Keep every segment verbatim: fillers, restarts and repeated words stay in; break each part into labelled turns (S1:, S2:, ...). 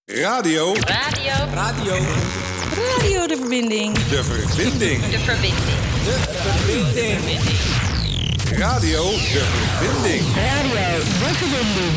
S1: Radio.
S2: Radio.
S1: Radio.
S3: Radio de verbinding.
S1: De verbinding.
S2: De verbinding.
S1: De verbinding. Radio de verbinding.
S3: Radio de verbinding.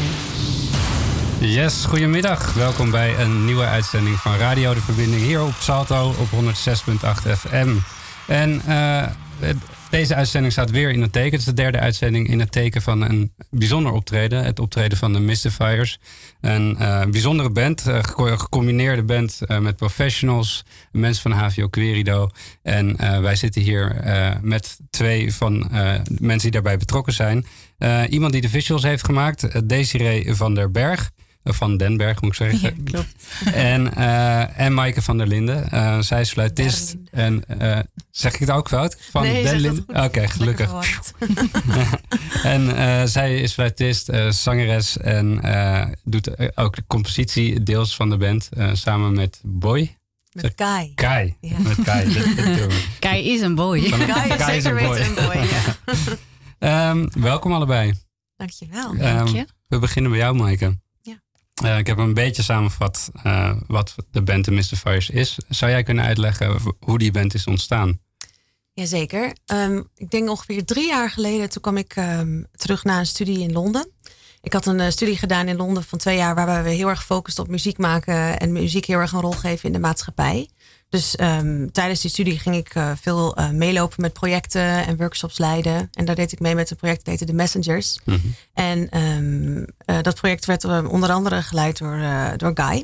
S4: Yes, goedemiddag. Welkom bij een nieuwe uitzending van Radio de Verbinding hier op Salto op honderdzes komma acht F M. En uh, deze uitzending staat weer in het teken. Het is de derde uitzending in het teken van een bijzonder optreden. Het optreden van de Mystifiers. Een uh, bijzondere band, uh, gecombineerde band uh, met professionals, mensen van H V O Querido. En uh, wij zitten hier uh, met twee van uh, de mensen die daarbij betrokken zijn. Uh, iemand die de visuals heeft gemaakt, uh, Desiree van der Berg. Van den Berg, moet ik zeggen.
S3: Ja, klopt.
S4: En, uh, en Maaike van der Linden. Uh, zij is fluitist. En uh, zeg ik het ook fout? Van
S3: nee,
S4: den Linden. Oké, okay, gelukkig. En uh, zij is fluitist, uh, zangeres en uh, doet uh, ook de compositie deels van de band. Uh, samen met Boy.
S3: Met Kai.
S4: Kai.
S3: Ja.
S4: Met Kai. dat, dat
S5: Kai is een boy.
S4: Van,
S3: Kai is
S4: Kai is
S3: zeker
S4: een boy.
S3: weten een boy, ja.
S4: um, welkom allebei.
S3: Dankjewel.
S4: Um,
S5: Dank je.
S4: We beginnen bij jou, Maaike.
S3: Ja.
S4: Uh, ik heb een beetje samengevat uh, wat de band The Mystifiers is. Zou jij kunnen uitleggen hoe die band is ontstaan?
S3: Jazeker. Um, ik denk ongeveer drie jaar geleden, toen kwam ik um, terug na een studie in Londen. Ik had een uh, studie gedaan in Londen van twee jaar, waarbij we heel erg focusten op muziek maken en muziek heel erg een rol geven in de maatschappij. Dus um, tijdens die studie ging ik uh, veel uh, meelopen met projecten en workshops leiden. En daar deed ik mee met een project dat heette The Messengers. Mm-hmm. En um, uh, dat project werd uh, onder andere geleid door, uh, door Guy.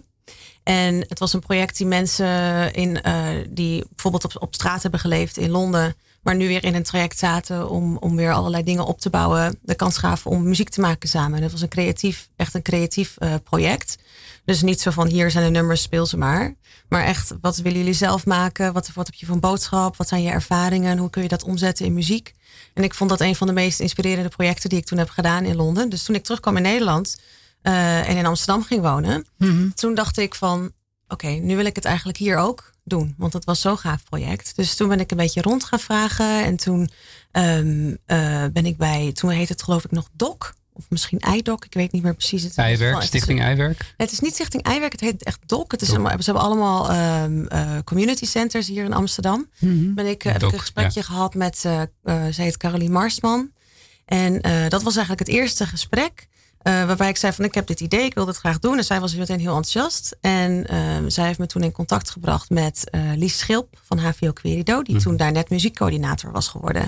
S3: En het was een project die mensen in, uh, die bijvoorbeeld op, op straat hebben geleefd in Londen, maar nu weer in een traject zaten om, om weer allerlei dingen op te bouwen, de kans gaven om muziek te maken samen. En dat was een creatief, echt een creatief uh, project. Dus niet zo van hier zijn de nummers, speel ze maar. Maar echt, wat willen jullie zelf maken? Wat, wat heb je voor een boodschap? Wat zijn je ervaringen? Hoe kun je dat omzetten in muziek? En ik vond dat een van de meest inspirerende projecten die ik toen heb gedaan in Londen. Dus toen ik terugkwam in Nederland uh, en in Amsterdam ging wonen, mm-hmm. toen dacht ik van, oké, okay, nu wil ik het eigenlijk hier ook doen. Want het was zo'n gaaf project. Dus toen ben ik een beetje rond gaan vragen. En toen um, uh, ben ik bij, toen heet het geloof ik nog D O C. Of misschien iDoc, ik weet niet meer precies. Het
S4: Eiwerk,
S3: het
S4: Stichting
S3: is,
S4: Eiwerk?
S3: Het is niet Stichting Eiwerk, het heet echt D O C. Het is een, ze hebben allemaal um, uh, community centers hier in Amsterdam. Mm-hmm. Ben ik, uh, heb ik een gesprekje ja. gehad met, uh, uh, zij heet Caroline Marsman. En uh, dat was eigenlijk het eerste gesprek. Uh, waarbij ik zei van, ik heb dit idee, ik wil dit graag doen. En zij was meteen heel enthousiast. En uh, zij heeft me toen in contact gebracht met uh, Lies Schilp van H V O Querido. Die mm-hmm. toen daar net muziekcoördinator was geworden.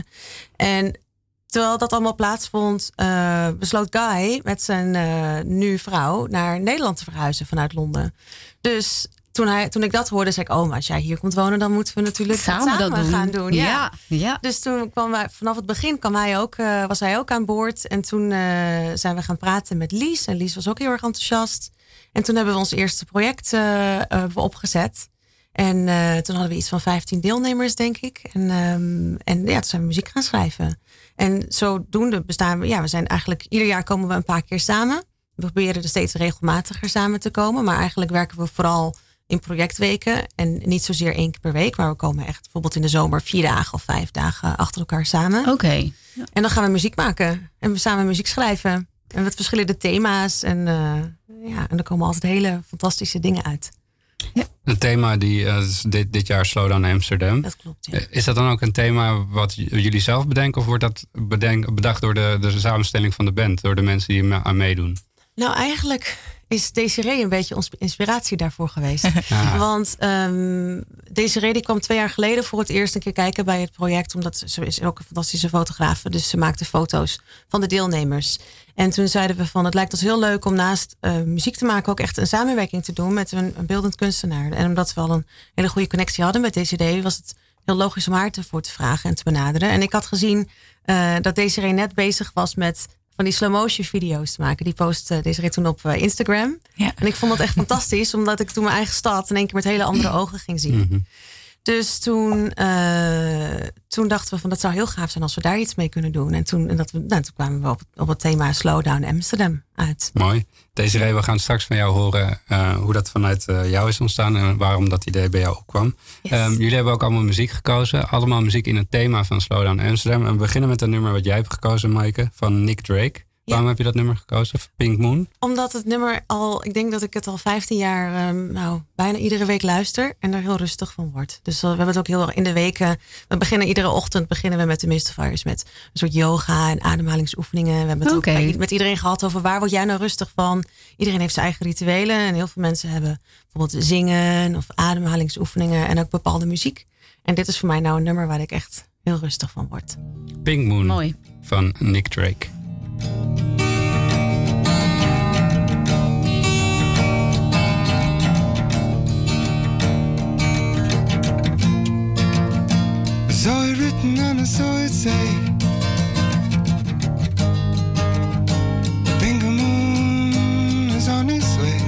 S3: En terwijl dat allemaal plaatsvond, uh, besloot Guy met zijn uh, nu vrouw naar Nederland te verhuizen vanuit Londen. Dus toen, hij, toen ik dat hoorde, zei ik, oh, maar als jij hier komt wonen, dan moeten we natuurlijk samen, samen dat doen. gaan doen. Ja.
S5: Ja, ja.
S3: Dus toen kwam wij, vanaf het begin kwam hij ook, uh, was hij ook aan boord. En toen uh, zijn we gaan praten met Lies. En Lies was ook heel erg enthousiast. En toen hebben we ons eerste project uh, uh, opgezet. En uh, toen hadden we iets van vijftien deelnemers, denk ik. En, um, en ja, toen zijn we muziek gaan schrijven. En zodoende bestaan we, ja, we zijn eigenlijk, ieder jaar komen we een paar keer samen. We proberen er steeds regelmatiger samen te komen. Maar eigenlijk werken we vooral in projectweken. En niet zozeer één keer per week. Maar we komen echt bijvoorbeeld in de zomer vier dagen of vijf dagen achter elkaar samen.
S5: Oké. Okay.
S3: Ja. En dan gaan we muziek maken. En we samen muziek schrijven. En met verschillende thema's. En, uh, ja, en er komen altijd hele fantastische dingen uit.
S4: Ja. Een thema die uh, dit, dit jaar Slowdown Amsterdam.
S3: Dat klopt, ja.
S4: Is dat dan ook een thema wat j- jullie zelf bedenken? Of wordt dat bedenk, bedacht door de, de samenstelling van de band? Door de mensen die er aan meedoen?
S3: Nou, eigenlijk is Desiree een beetje onze inspiratie daarvoor geweest. Ah. Want um, Desiree die kwam twee jaar geleden voor het eerst een keer kijken bij het project. Omdat ze is ook een fantastische fotograaf. Dus ze maakte foto's van de deelnemers. En toen zeiden we van, het lijkt ons heel leuk om naast uh, muziek te maken ook echt een samenwerking te doen met een, een beeldend kunstenaar. En omdat we al een hele goede connectie hadden met Desiree, was het heel logisch om haar ervoor te vragen en te benaderen. En ik had gezien uh, dat Desiree net bezig was met van die slow motion video's te maken. Die post uh, Desiree toen op uh, Instagram. Ja. En ik vond dat echt fantastisch, omdat ik toen mijn eigen stad in één keer met hele andere ogen ging zien. Mm-hmm. Dus toen, uh, toen dachten we van, dat zou heel gaaf zijn als we daar iets mee kunnen doen. En toen, en dat we, nou, toen kwamen we op, op het thema Slowdown Amsterdam uit.
S4: Mooi. Desiree, we gaan straks van jou horen uh, hoe dat vanuit uh, jou is ontstaan en waarom dat idee bij jou opkwam. Yes. Um, jullie hebben ook allemaal muziek gekozen. Allemaal muziek in het thema van Slowdown Amsterdam. En we beginnen met een nummer wat jij hebt gekozen, Maaike, van Nick Drake. Waarom heb je dat nummer gekozen? Pink Moon?
S3: Omdat het nummer al, ik denk dat ik het al vijftien jaar, um, nou, bijna iedere week luister en er heel rustig van word. Dus uh, we hebben het ook heel erg in de weken. We beginnen iedere ochtend beginnen we met de Mystifiers met een soort yoga en ademhalingsoefeningen. We hebben het okay. ook met iedereen gehad over waar word jij nou rustig van. Iedereen heeft zijn eigen rituelen en heel veel mensen hebben bijvoorbeeld zingen of ademhalingsoefeningen en ook bepaalde muziek. En dit is voor mij nou een nummer waar ik echt heel rustig van word.
S4: Pink Moon.
S2: Mooi.
S4: Van Nick Drake.
S5: I saw it written and I saw it say, the pink moon is on its way.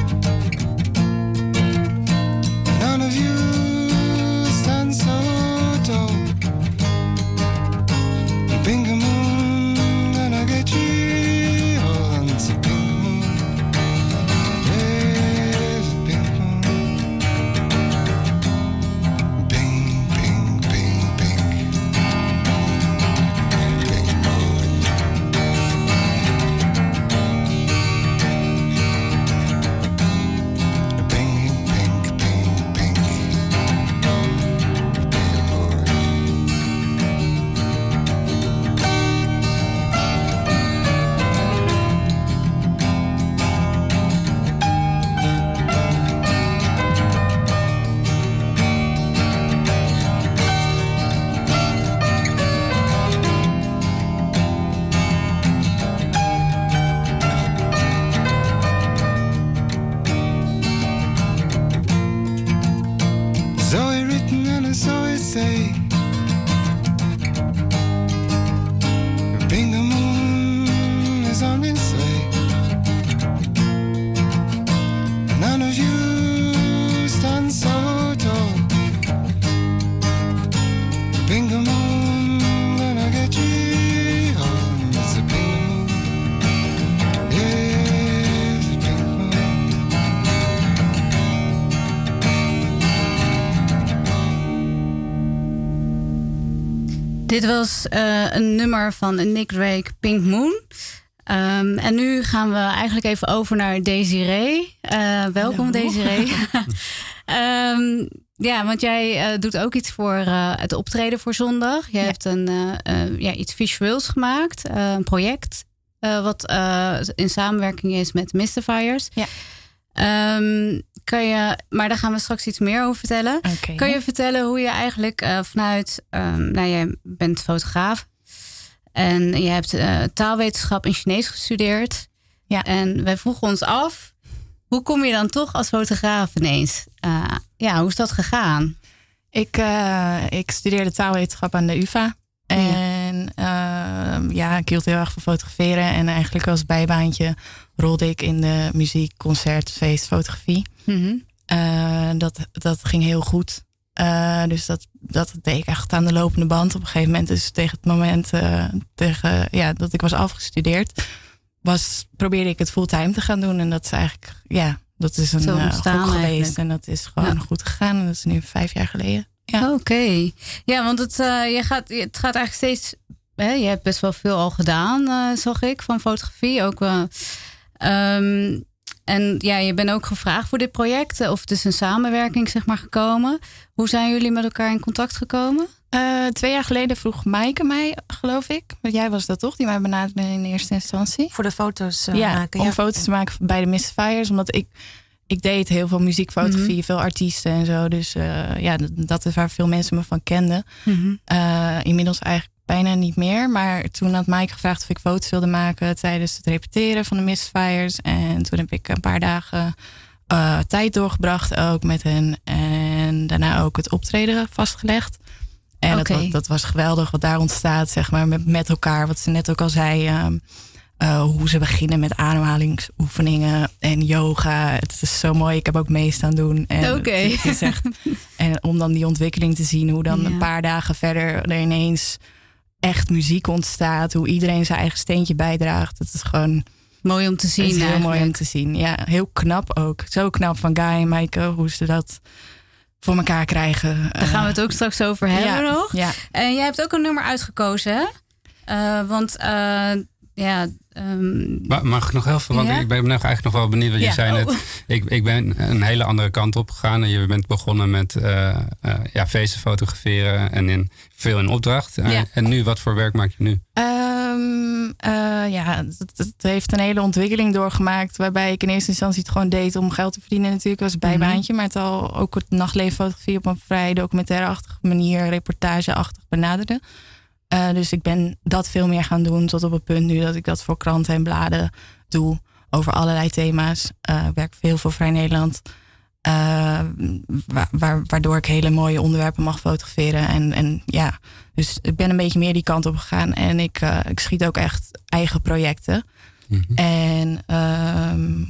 S5: None of you stand so tall. The pink moon gonna get you all. It's a pink moon. There's a pink moon. Pink, pink, pink, pink. Pink moon. Pink, pink, pink, pink. Pink moon. Saw it written and I saw it say, the pink moon is on its way. None of you stand so tall. The pink moon gonna get you home. It's a pink moon. Yes, a pink moon.
S2: Dit was uh, een nummer van Nick Drake, Pink Moon. Um, en nu gaan we eigenlijk even over naar Desiree. Uh, welkom
S6: Hallo.
S2: Desiree. um, ja, want jij uh, doet ook iets voor uh, het optreden voor zondag. Jij
S6: Ja.
S2: hebt een, uh, uh, ja, iets visueels gemaakt, uh, een project. Uh, wat uh, in samenwerking is met Mystifiers.
S6: Ja.
S2: Um, kan je, maar daar gaan we straks iets meer over vertellen.
S6: Okay.
S2: Kan je vertellen hoe je eigenlijk uh, vanuit... Um, nou, jij bent fotograaf. En je hebt uh, taalwetenschap in Chinees gestudeerd.
S6: Ja.
S2: En wij vroegen ons af... hoe kom je dan toch als fotograaf ineens? Uh, ja, hoe is dat gegaan?
S6: Ik, uh, ik studeerde taalwetenschap aan de U vA. En ja. Uh, ja, ik hield heel erg van fotograferen. En eigenlijk als bijbaantje rolde ik in de muziek, concert, feest, fotografie.
S2: Mm-hmm.
S6: Uh, dat, dat ging heel goed. Uh, dus dat, dat deed ik echt aan de lopende band. Op een gegeven moment, dus tegen het moment uh, tegen, ja, dat ik was afgestudeerd, was, probeerde ik het fulltime te gaan doen. En dat is eigenlijk, ja, dat is een uh, gok geweest. Eigenlijk. En dat is gewoon ja. goed gegaan. En dat is nu vijf jaar geleden. Ja.
S2: Oké. Okay. Ja, want het, uh, je gaat, het gaat eigenlijk steeds... Hè, je hebt best wel veel al gedaan, uh, zag ik, van fotografie. Ook, uh, um, en ja, je bent ook gevraagd voor dit project. Of het is een samenwerking, zeg maar, gekomen. Hoe zijn jullie met elkaar in contact gekomen?
S6: Uh, twee jaar geleden vroeg Maaike mij, geloof ik. Want jij was dat toch? Die mij benaderde in eerste instantie.
S3: Voor de foto's uh,
S6: ja,
S3: maken.
S6: Om
S3: ja.
S6: foto's te maken bij de Mystifiers. Omdat ik... Ik deed heel veel muziekfotografie, mm-hmm. veel artiesten en zo. Dus uh, ja, dat is waar veel mensen me van kenden.
S2: Mm-hmm.
S6: Uh, inmiddels eigenlijk bijna niet meer. Maar toen had Mike gevraagd of ik foto's wilde maken tijdens het repeteren van de Mystifiers. En toen heb ik een paar dagen uh, tijd doorgebracht ook met hen. En daarna ook het optreden vastgelegd. En okay. dat, dat was geweldig wat daar ontstaat, zeg maar, met, met elkaar. Wat ze net ook al zei... Um, Uh, hoe ze beginnen met ademhalingsoefeningen en yoga. Het is zo mooi. Ik heb ook mee staan doen.
S2: Oké. Okay.
S6: Het is echt, en om dan die ontwikkeling te zien. Hoe dan ja. een paar dagen verder er ineens echt muziek ontstaat. Hoe iedereen zijn eigen steentje bijdraagt. Het is gewoon...
S2: Mooi om te zien.
S6: Het is heel
S2: eigenlijk.
S6: mooi om te zien. Ja, heel knap ook. Zo knap van Guy en Maaike. Hoe ze dat voor elkaar krijgen.
S2: Daar gaan we het ook straks over hebben
S6: ja,
S2: nog.
S6: Ja.
S2: En jij hebt ook een nummer uitgekozen, hè? Uh, want... Uh, Ja, Um,
S4: Mag ik nog heel veel? Want
S2: ja?
S4: ik ben nog eigenlijk nog wel benieuwd. Want je
S2: Ja,
S4: zei net,
S2: oh.
S4: ik, ik ben een hele andere kant op gegaan. En je bent begonnen met uh, uh, ja, feesten fotograferen en in, veel in opdracht. Uh,
S2: Ja.
S4: En nu, wat voor werk maak je nu?
S6: Um, uh, ja, het, het heeft een hele ontwikkeling doorgemaakt. Waarbij ik in eerste instantie het gewoon deed om geld te verdienen. Natuurlijk was een bijbaantje. Maar het al ook het nachtlevenfotografie op een vrij documentaire-achtige manier, reportage-achtig benaderde. Uh, dus ik ben dat veel meer gaan doen tot op het punt nu dat ik dat voor kranten en bladen doe. Over allerlei thema's. Uh, ik werk veel voor Vrij Nederland. Uh, wa- wa- waardoor ik hele mooie onderwerpen mag fotograferen. En, en ja, dus ik ben een beetje meer die kant op gegaan. En ik, uh, ik schiet ook echt eigen projecten. Mm-hmm. En uh,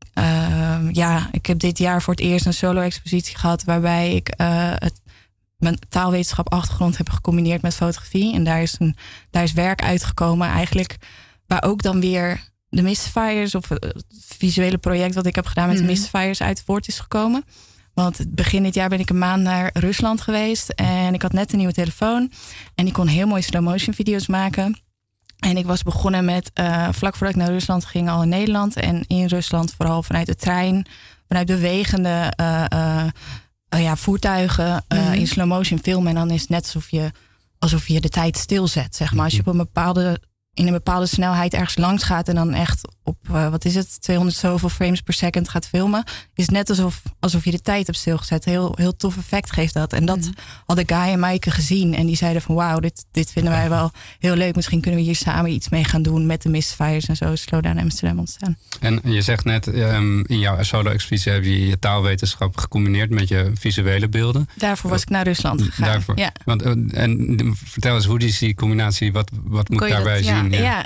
S6: uh, ja, ik heb dit jaar voor het eerst een solo-expositie gehad. Waarbij ik uh, het, mijn taalwetenschap achtergrond heb gecombineerd met fotografie. En daar is, een, daar is werk uitgekomen eigenlijk. Waar ook dan weer de Mystifiers, of het visuele project wat ik heb gedaan met mm-hmm. de Mystifiers uit voort is gekomen. Want begin dit jaar ben ik een maand naar Rusland geweest. En ik had net een nieuwe telefoon. En ik kon heel mooie slow motion video's maken. En ik was begonnen met, uh, vlak voordat ik naar Rusland ging, al in Nederland. En in Rusland vooral vanuit de trein. Vanuit bewegende uh, uh, uh, ja, voertuigen uh, mm-hmm. in slow motion filmen. En dan is het net alsof je, alsof je de tijd stilzet, zeg maar. Als je op een bepaalde... in een bepaalde snelheid ergens langs gaat en dan echt op, uh, wat is het, tweehonderd zoveel frames per second gaat filmen, is het net alsof, alsof je de tijd hebt stilgezet. Heel, heel tof effect geeft dat. En dat mm. hadden Guy en Maaike gezien en die zeiden van wauw, dit, dit vinden wij wel heel leuk. Misschien kunnen we hier samen iets mee gaan doen met de Mystifiers en zo Slow Down Amsterdam ontstaan.
S4: En je zegt net, um, in jouw solo-expositie heb je je taalwetenschap gecombineerd met je visuele beelden.
S6: Daarvoor was ik naar Rusland gegaan.
S4: Daarvoor.
S6: Ja.
S4: Want, en vertel eens, hoe is die combinatie, wat, wat moet daarbij
S6: dat,
S4: zien?
S6: Ja. Ja,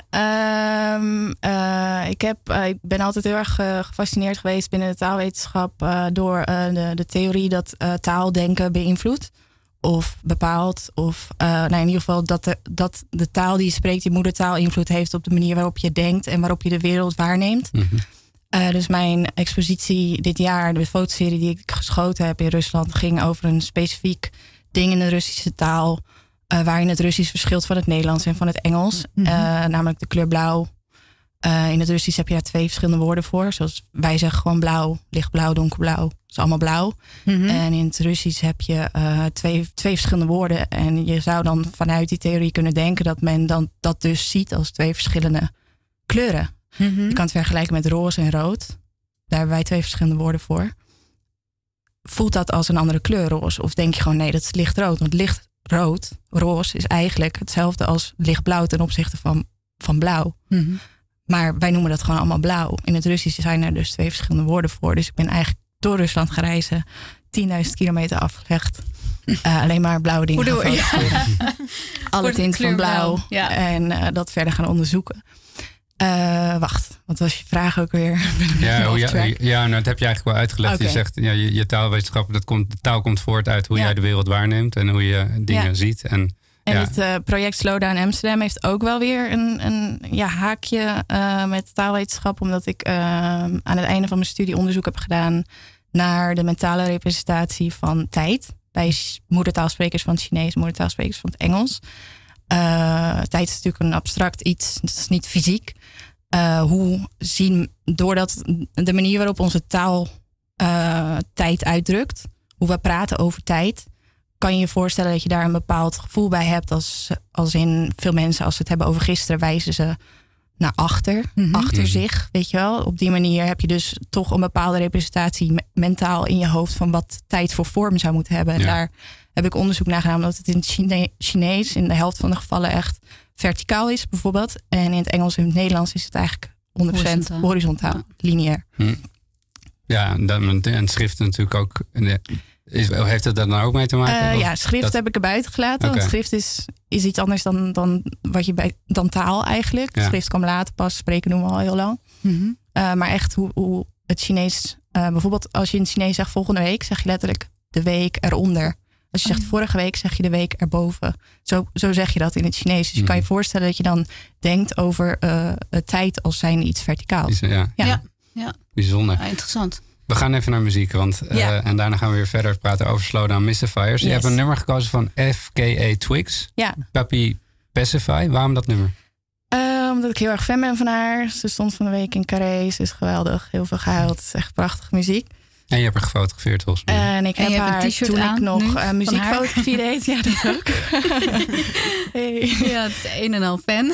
S6: um, uh, ik, heb, uh, ik ben altijd heel erg uh, gefascineerd geweest binnen de taalwetenschap uh, door uh, de, de theorie dat uh, taaldenken beïnvloedt of bepaalt. Of uh, nou in ieder geval dat de, dat de taal die je spreekt, je moedertaal, invloed heeft op de manier waarop je denkt en waarop je de wereld waarneemt. Mm-hmm. Uh, dus mijn expositie dit jaar, de fotoserie die ik geschoten heb in Rusland, ging over een specifiek ding in de Russische taal. Uh, waarin het Russisch verschilt van het Nederlands en van het Engels. Mm-hmm. Uh, namelijk de kleur blauw. Uh, in het Russisch heb je daar twee verschillende woorden voor. Zoals wij zeggen gewoon blauw, lichtblauw, donkerblauw. Dat is allemaal blauw. Mm-hmm. En in het Russisch heb je uh, twee, twee verschillende woorden. En je zou dan vanuit die theorie kunnen denken dat men dan dat dus ziet als twee verschillende kleuren. Mm-hmm. Je kan het vergelijken met roze en rood. Daar hebben wij twee verschillende woorden voor. Voelt dat als een andere kleur roze? Of denk je gewoon nee, dat is lichtrood? Want licht rood, roze is eigenlijk hetzelfde als lichtblauw ten opzichte van, van blauw. Mm-hmm. Maar wij noemen dat gewoon allemaal blauw. In het Russisch zijn er dus twee verschillende woorden voor. Dus ik ben eigenlijk door Rusland gaan reizen. tienduizend kilometer afgelegd. Uh, alleen maar blauwe dingen gaan fotograferen. Ja. Alle tinten van blauw. blauw. Ja. En uh, dat verder gaan onderzoeken. Uh, wacht, wat was je vraag ook weer?
S4: Ja, oh, ja, ja nou, dat heb je eigenlijk wel uitgelegd. Okay. Je zegt, ja, je, je taalwetenschap, dat komt, de taal komt voort uit hoe ja. jij de wereld waarneemt en hoe je dingen ja. ziet. En,
S6: en
S4: ja.
S6: het uh, project Slow Down Amsterdam heeft ook wel weer een, een ja, haakje uh, met taalwetenschap. Omdat ik uh, aan het einde van mijn studie onderzoek heb gedaan naar de mentale representatie van tijd. Bij moedertaalsprekers van het Chinees, moedertaalsprekers van het Engels. Uh, tijd is natuurlijk een abstract iets, dat is niet fysiek. Uh, hoe zien, doordat de manier waarop onze taal uh, tijd uitdrukt, hoe we praten over tijd, kan je je voorstellen dat je daar een bepaald gevoel bij hebt. Als, als in veel mensen, als ze het hebben over gisteren, wijzen ze naar achter, mm-hmm. achter zich, weet je wel. Op die manier heb je dus toch een bepaalde representatie me- mentaal in je hoofd van wat tijd voor vorm zou moeten hebben. Ja. En daar heb ik onderzoek naar gedaan, omdat het in het Chine- Chinees in de helft van de gevallen echt verticaal is, bijvoorbeeld. En in het Engels en het Nederlands is het eigenlijk honderd procent horizontaal, horizontaal ja. lineair.
S4: Hm. Ja, en, en schrift natuurlijk ook. Is, heeft het daar nou ook mee te maken?
S6: Uh, ja, schrift dat... heb ik er buiten gelaten. Okay. Want schrift is, is iets anders dan, dan, wat je bij, dan taal eigenlijk. Ja. Schrift kwam later pas, spreken doen we al heel lang. Mm-hmm. Uh, maar echt hoe, hoe het Chinees... Uh, bijvoorbeeld als je in het Chinees zegt volgende week, zeg je letterlijk de week eronder. Als je zegt vorige week, zeg je de week erboven. Zo, zo zeg je dat in het Chinees. Dus je kan je voorstellen dat je dan denkt over uh, tijd als zijn iets verticaals.
S4: Ja,
S2: ja. ja. ja.
S4: Bijzonder.
S2: Ja, interessant.
S4: We gaan even naar muziek, want uh, ja. en daarna gaan we weer verder praten over Slow Down Mystifiers. Yes. Je hebt een nummer gekozen van F K A Twigs.
S6: Ja.
S4: Papi Pacify. Waarom dat nummer?
S6: omdat ik heel erg fan ben van haar. Ze stond van de week in Carré. Ze is geweldig. Heel veel gehuild. Het is echt prachtige muziek.
S4: En je hebt haar gefotografeerd volgens mij.
S6: En ik
S2: En
S6: heb
S2: je hebt een
S6: haar
S2: t-shirt
S6: toen
S2: aan
S6: ik nog
S2: nu,
S6: uh,
S2: van
S6: muziekfotografie deed. Ja, dat ook. Hey.
S2: Ja, het is een en al fan.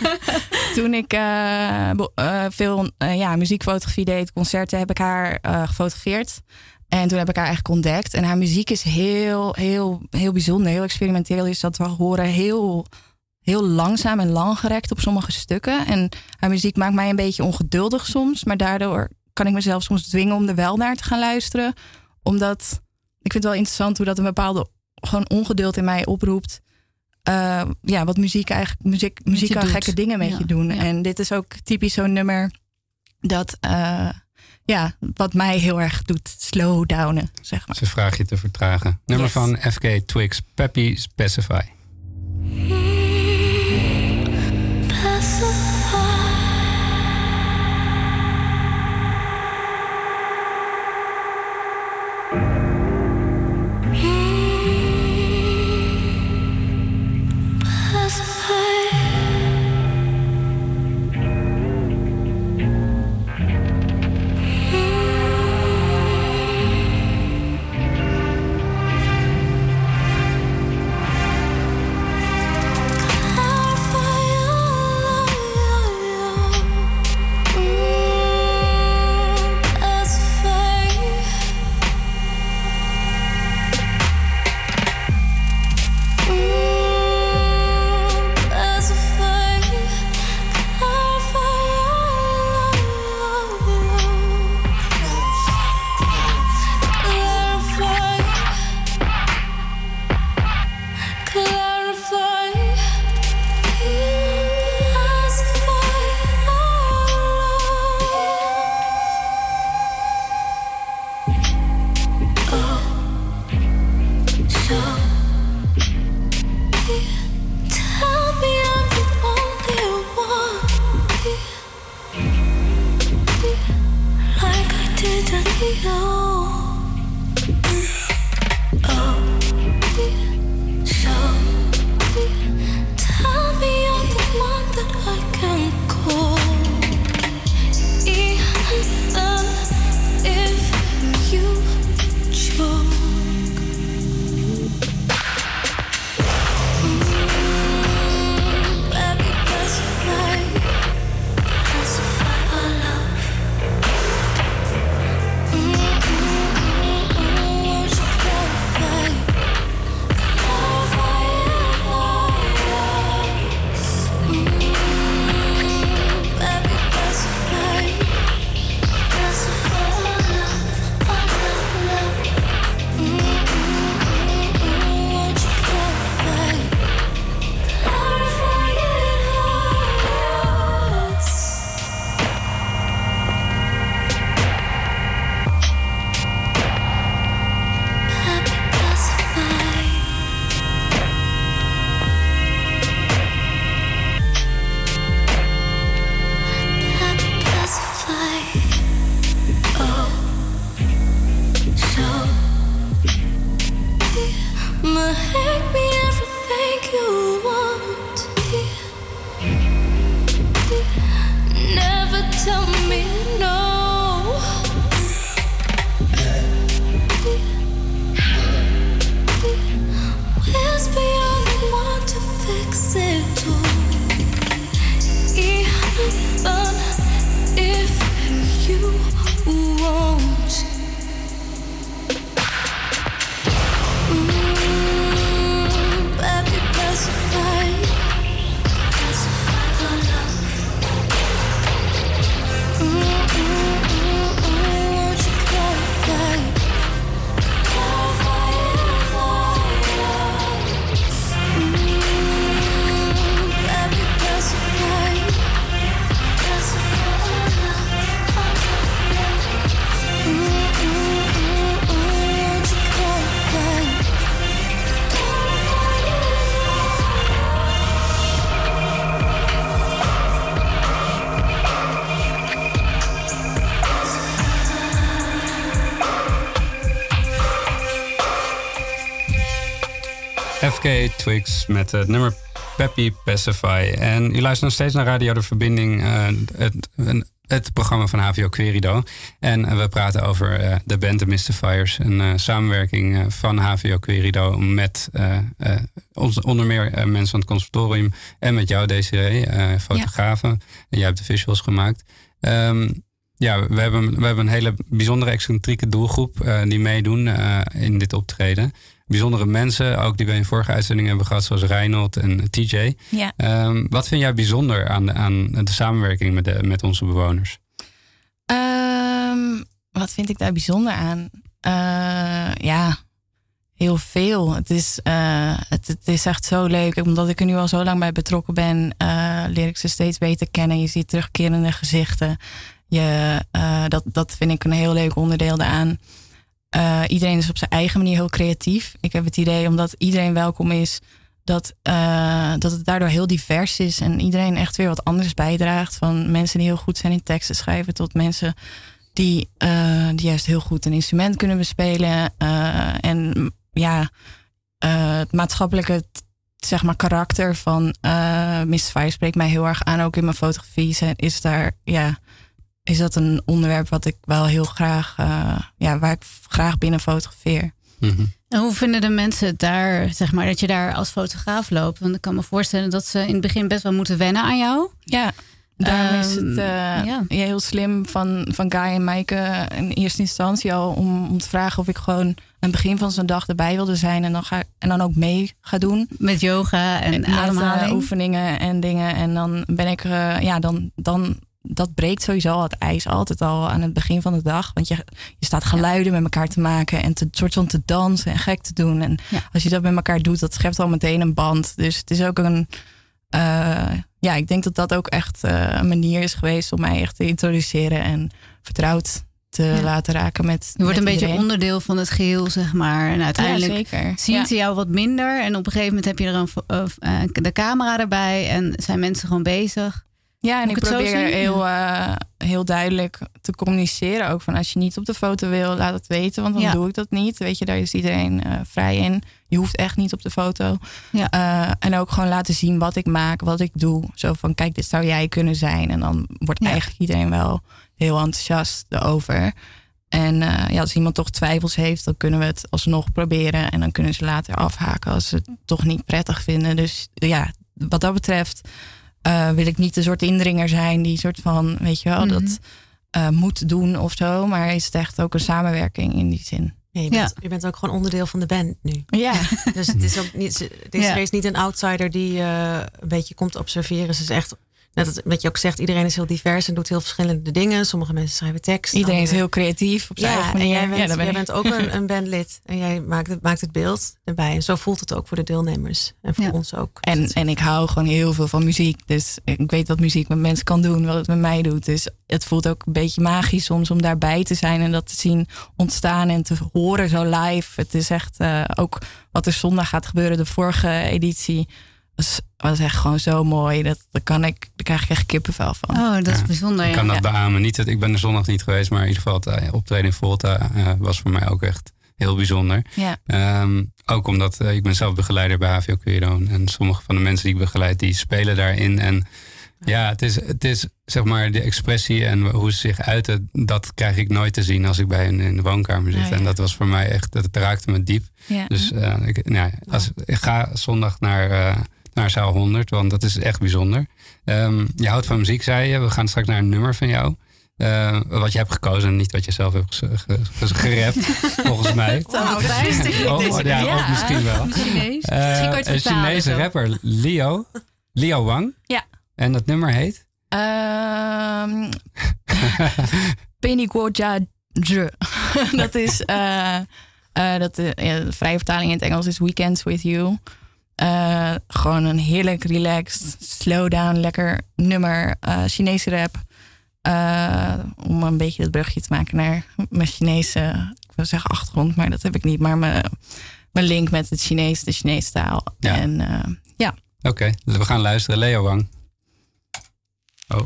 S6: Toen ik uh, bo- uh, veel uh, ja, muziekfotografie deed, concerten, heb ik haar uh, gefotografeerd. En toen heb ik haar eigenlijk ontdekt. En haar muziek is heel, heel, heel bijzonder. Heel experimenteel is dat we horen. Heel, heel langzaam en langgerekt op sommige stukken. En haar muziek maakt mij een beetje ongeduldig soms. Maar daardoor kan ik mezelf soms dwingen om er wel naar te gaan luisteren. Omdat ik vind het wel interessant hoe dat een bepaalde gewoon ongeduld in mij oproept. Uh, ja, wat muziek eigenlijk, muziek, muziek kan
S2: doet.
S6: gekke dingen met
S2: Ja,
S6: je doen.
S2: ja.
S6: En dit is ook typisch zo'n nummer dat, uh, ja, wat mij heel erg doet slowdownen, zeg maar.
S4: Ze vraagt je te vertragen. Nummer
S6: Yes.
S4: van F K Twigs, Peppy Specify. F K Twigs met het nummer Peppy Pacify. En u luistert nog steeds naar Radio De Verbinding, uh, het, het programma van H V O Querido. En we praten over uh, de band The Mystifiers. Een uh, samenwerking uh, van H V O Querido met uh, uh, ons, onder meer uh, mensen van het conservatorium. En met jou, Desiree, uh, fotografen. Ja. En jij hebt de visuals gemaakt. Um, ja, we hebben, we hebben een hele bijzondere excentrieke doelgroep uh, die meedoen uh, in dit optreden. Bijzondere mensen, ook die we in vorige uitzendingen hebben gehad, zoals Reinhold en T J.
S6: Ja.
S4: Um, wat vind jij bijzonder aan de, aan de samenwerking met, de, met onze bewoners?
S6: Um, wat vind ik daar bijzonder aan? Uh, ja, heel veel. Het is, uh, het, het is echt zo leuk. Omdat ik er nu al zo lang bij betrokken ben, uh, leer ik ze steeds beter kennen. Je ziet terugkerende gezichten. Je, uh, dat, dat vind ik een heel leuk onderdeel daaraan. Uh, iedereen is op zijn eigen manier heel creatief. Ik heb het idee, omdat iedereen welkom is, dat, uh, dat het daardoor heel divers is. En iedereen echt weer wat anders bijdraagt. Van mensen die heel goed zijn in teksten schrijven, tot mensen die, uh, die juist heel goed een instrument kunnen bespelen. Uh, en ja, uh, het maatschappelijke zeg maar, karakter van uh, Mystifiers spreekt mij heel erg aan. Ook in mijn fotografie is daar, ja, is dat een onderwerp wat ik wel heel graag, uh, ja, waar ik graag binnen fotografeer.
S4: Mm-hmm.
S2: En hoe vinden de mensen het daar, zeg maar, dat je daar als fotograaf loopt? Want ik kan me voorstellen dat ze in het begin best wel moeten wennen aan jou.
S6: Ja, daarom um, is het uh,
S2: ja.
S6: Ja, heel slim van, van Guy en Maaike in eerste instantie al om, om te vragen of ik gewoon aan het begin van zijn dag erbij wilde zijn en dan, ga, en dan ook mee ga doen.
S2: Met yoga en, en ademhaling.
S6: Met, uh, oefeningen en dingen. En dan ben ik, uh, ja, dan... dan dat breekt sowieso al het ijs altijd al aan het begin van de dag. Want je, je staat geluiden ja. met elkaar te maken en te soort van te dansen en gek te doen. En ja. als je dat met elkaar doet, dat schept al meteen een band. Dus het is ook een... Uh, ja, ik denk dat dat ook echt uh, een manier is geweest om mij echt te introduceren en vertrouwd te ja. laten raken met
S2: Je wordt
S6: met
S2: een
S6: iedereen.
S2: beetje onderdeel van het geheel, zeg maar. En uiteindelijk
S6: ja, zeker.
S2: zien
S6: ja.
S2: ze jou wat minder. En op een gegeven moment heb je er een, uh, de camera erbij en zijn mensen gewoon bezig.
S6: Ja, en
S2: Moet
S6: ik,
S2: ik
S6: probeer
S2: het zo zien?
S6: heel, uh, heel duidelijk te communiceren. Ook van als je niet op de foto wil, laat het weten. Want dan
S2: ja.
S6: doe ik dat niet. Weet je, daar is iedereen uh, vrij in. Je hoeft echt niet op de foto.
S2: Ja.
S6: Uh, en ook gewoon laten zien wat ik maak, wat ik doe. Zo van, kijk, dit zou jij kunnen zijn. En dan wordt
S2: ja.
S6: eigenlijk iedereen wel heel enthousiast erover. En uh, ja, als iemand toch twijfels heeft, dan kunnen we het alsnog proberen. En dan kunnen ze later afhaken als ze het toch niet prettig vinden. Dus ja, wat dat betreft... Uh, wil ik niet een soort indringer zijn die soort van, weet je wel, mm-hmm. dat uh, moet doen of zo. Maar is het echt ook een samenwerking in die zin.
S3: Ja, je, bent, ja. je bent ook gewoon onderdeel van de band nu.
S6: Ja.
S3: Dus het is ook niet, deze ja. is niet een outsider die uh, een beetje komt observeren. Ze is echt, net wat je ook zegt, iedereen is heel divers en doet heel verschillende dingen. Sommige mensen schrijven tekst.
S6: Iedereen
S3: andere...
S6: is heel creatief op zijn
S3: ja,
S6: eigen manier.
S3: En jij bent,
S6: ja, ben
S3: jij bent ook een, een bandlid en jij maakt het, maakt het beeld erbij. En zo voelt het ook voor de deelnemers en voor ja. ons ook.
S6: En, en ik hou gewoon heel veel van muziek. Dus ik weet wat muziek met mensen kan doen, wat het met mij doet. Dus het voelt ook een beetje magisch soms om daarbij te zijn en dat te zien ontstaan en te horen zo live. Het is echt uh, ook wat er zondag gaat gebeuren, de vorige editie. Was, was echt gewoon zo mooi. Dat, dat kan ik, daar krijg ik echt kippenvel van.
S2: Oh, dat is ja, bijzonder.
S4: Ik kan
S2: ja.
S4: dat beamen. Niet, ik ben er zondag niet geweest, maar in ieder geval het uh, optreden in Volta uh, was voor mij ook echt heel bijzonder.
S6: Ja.
S4: Um, ook omdat uh, ik ben zelf begeleider bij H V O Querido. En sommige van de mensen die ik begeleid, die spelen daarin. En ja, het is, het is zeg maar de expressie en hoe ze zich uiten, dat krijg ik nooit te zien als ik bij hen in de woonkamer zit. Oh, ja. En dat was voor mij echt, dat raakte me diep.
S6: Ja.
S4: Dus uh, ik, nou, als, ik ga zondag naar... Uh, naar zaal honderd, want dat is echt bijzonder. Um, je houdt van muziek, zei je. We gaan straks naar een nummer van jou. Uh, wat je hebt gekozen, niet wat je zelf hebt ge- ge- ge- gerapt, volgens mij.
S2: Wow, dat wist ik niet.
S4: Oh, ja, ja, ook misschien wel.
S2: Chinees.
S4: Uh,
S2: misschien kan je
S4: een Chinese rapper, Leo. Leo Wang.
S6: Ja.
S4: En dat nummer heet?
S6: Um, Penny Guojia Zhe. Dat is... Uh, uh, dat, uh, ja, de vrije vertaling in het Engels is Weekends With You. Uh, gewoon een heerlijk relaxed, slow down, lekker nummer. Uh, Chinese rap. Uh, om een beetje het brugje te maken naar mijn Chinese, ik wil zeggen achtergrond, maar dat heb ik niet. Maar mijn, mijn link met het Chinees, de Chinese taal.
S4: Ja.
S6: En uh, ja.
S4: Oké, okay, dus we gaan luisteren. Leo Wang. Oh.